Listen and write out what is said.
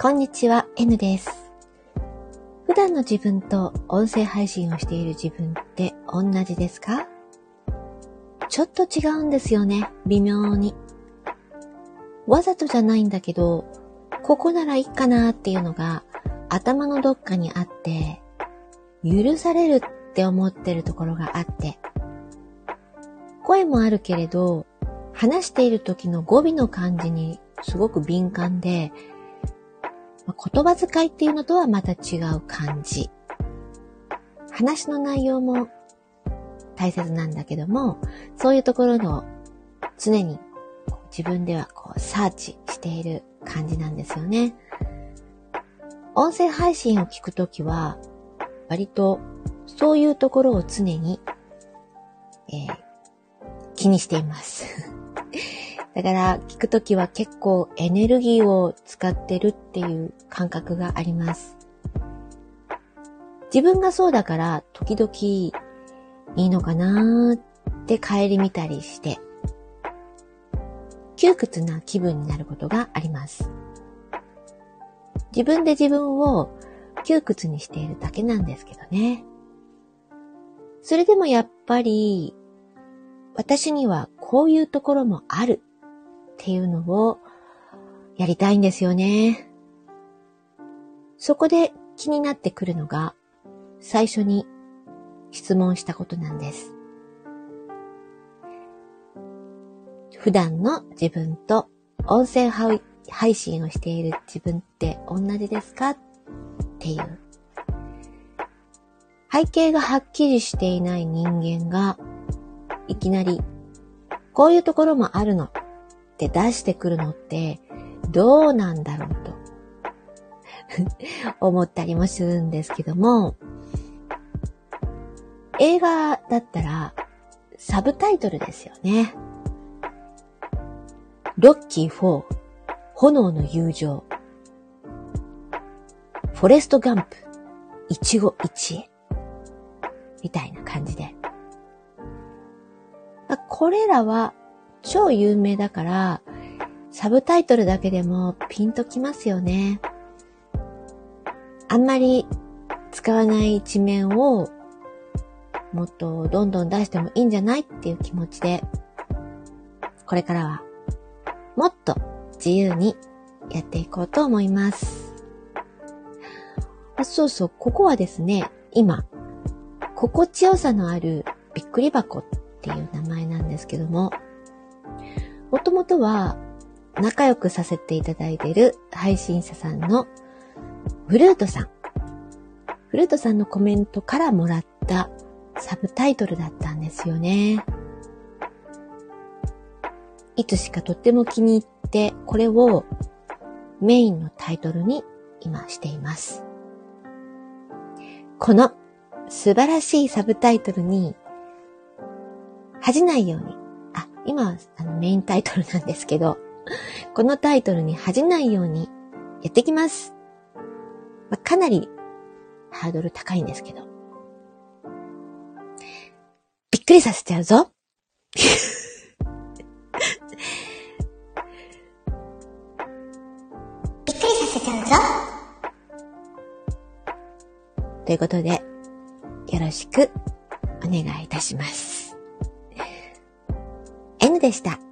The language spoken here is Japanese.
こんにちは、N です。普段の自分と音声配信をしている自分って同じですか？ちょっと違うんですよね、微妙に。わざとじゃないんだけど、ここならいいかなっていうのが頭のどっかにあって、許されるって思ってるところがあって、声もあるけれど、話している時の語尾の感じにすごく敏感で、言葉遣いっていうのとはまた違う感じ。話の内容も大切なんだけども、そういうところの常に自分ではサーチしている感じなんですよね。音声配信を聞くときは、割とそういうところを常に、気にしています。だから聞くときは結構エネルギーを使ってるっていう感覚があります。自分がそうだから時々いいのかなーって顧みたりして窮屈な気分になることがあります。自分で自分を窮屈にしているだけなんですけどね。それでもやっぱり私にはこういうところもあるっていうのをやりたいんですよね。そこで気になってくるのが最初に質問したことなんです。普段の自分と音声配信をしている自分って同じですかっていう。背景がはっきりしていない人間がいきなりこういうところもあるのって出してくるのってどうなんだろうと思ったりもするんですけども、映画だったらサブタイトルですよね。ロッキー4、炎の友情、フォレストガンプ、一期一会みたいな感じで、これらは超有名だからサブタイトルだけでもピンときますよね。あんまり使わない一面をもっとどんどん出してもいいんじゃないっていう気持ちで、これからはもっと自由にやっていこうと思います。そうそう、ここはですね、今心地よさのあるびっくり箱っていう名前なんですけども、もともとは仲良くさせていただいている配信者さんのフルートさんのコメントからもらったサブタイトルだったんですよね。いつしかとっても気に入って、これをメインのタイトルに今しています。この素晴らしいサブタイトルに恥じないように、今はメインタイトルなんですけど、このタイトルに恥じないようにやってきます。かなりハードル高いんですけど。びっくりさせちゃうぞ。びっくりさせちゃうぞ。ということで、よろしくお願いいたします。N でした。